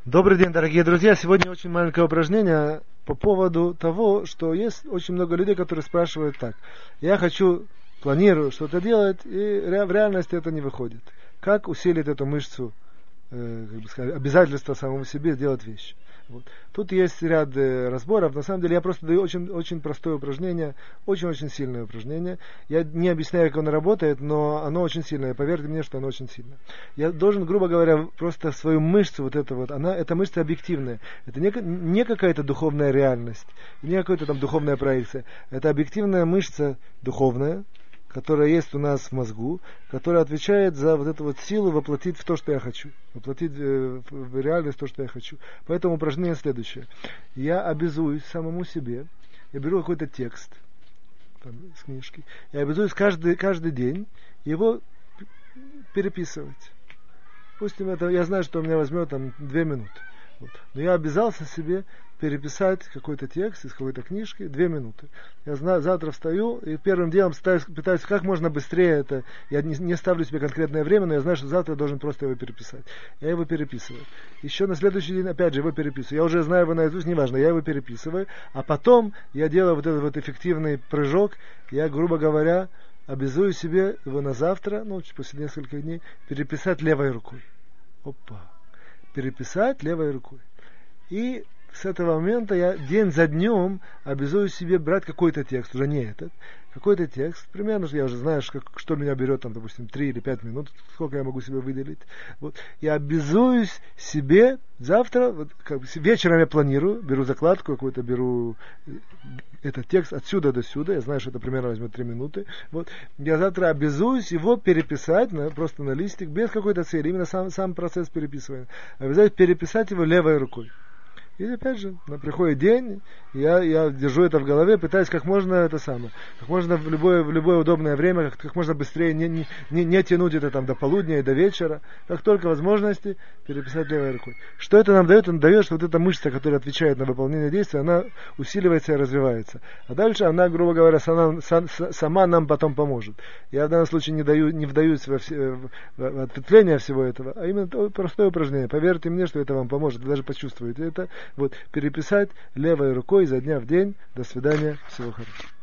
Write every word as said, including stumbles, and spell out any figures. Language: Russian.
Добрый день, дорогие друзья. Сегодня очень маленькое упражнение по поводу того, что есть очень много людей, которые спрашивают так. Я хочу, планирую что-то делать, и в реальности это не выходит. Как усилить эту мышцу, э, как бы сказать, обязательства самому себе делать вещи? Вот. Тут есть ряд э, разборов. На самом деле я просто даю очень, очень простое упражнение, очень-очень сильное упражнение. Я не объясняю, как оно работает, но оно очень сильное. Поверьте мне, что оно очень сильное. Я должен, грубо говоря, просто свою мышцу, вот эту вот, она, эта мышца объективная. Это не, не какая-то духовная реальность, не какая-то там духовная проекция. Это объективная мышца духовная, которая есть у нас в мозгу, которая отвечает за вот эту вот силу воплотить в то, что я хочу. Воплотить э, в реальность то, что я хочу. Поэтому упражнение следующее. Я обязуюсь самому себе, я беру какой-то текст там, с книжки, я обязуюсь каждый, каждый день его переписывать. Пусть это, я знаю, что у меня возьмет там две минуты. Вот. Но я обязался себе переписать какой-то текст из какой-то книжки две минуты. Я знаю, завтра встаю и первым делом пытаюсь, пытаюсь как можно быстрее это. Я не, не ставлю себе конкретное время, но я знаю, что завтра я должен просто его переписать. Я его переписываю. Еще на следующий день опять же его переписываю. Я уже знаю его наизусть, неважно, я его переписываю. А потом я делаю вот этот вот эффективный прыжок. Я, грубо говоря, обязую себе его на завтра, ну, после нескольких дней, переписать левой рукой. Опа. Переписать левой рукой. И с этого момента я день за днем обязуюсь себе брать какой-то текст, уже не этот, какой-то текст, примерно, я уже знаю, как, что меня берет, там, допустим, три или пять минут, сколько я могу себе выделить. Вот. Я обязуюсь себе завтра, вот, как бы, вечером я планирую, беру закладку какую-то, беру этот текст отсюда до сюда, я знаю, что это примерно возьмет три минуты. Вот. Я завтра обязуюсь его переписать на, просто на листик, без какой-то цели, именно сам, сам процесс переписывания. Обязательно переписать его левой рукой. И опять же, приходит день, я, я держу это в голове, пытаюсь как можно это самое, как можно в любое, в любое удобное время, как, как можно быстрее не, не, не, не тянуть это там до полудня и до вечера, как только возможности переписать левой рукой. Что это нам дает? Он дает, что вот эта мышца, которая отвечает на выполнение действия, она усиливается и развивается. А дальше она, грубо говоря, сама, сама нам потом поможет. Я в данном случае не, даю, не вдаюсь во все, в, в ответвление всего этого, а именно простое упражнение. Поверьте мне, что это вам поможет, вы даже почувствуете это. Вот, переписать левой рукой изо дня в день. До свидания. Всего хорошего.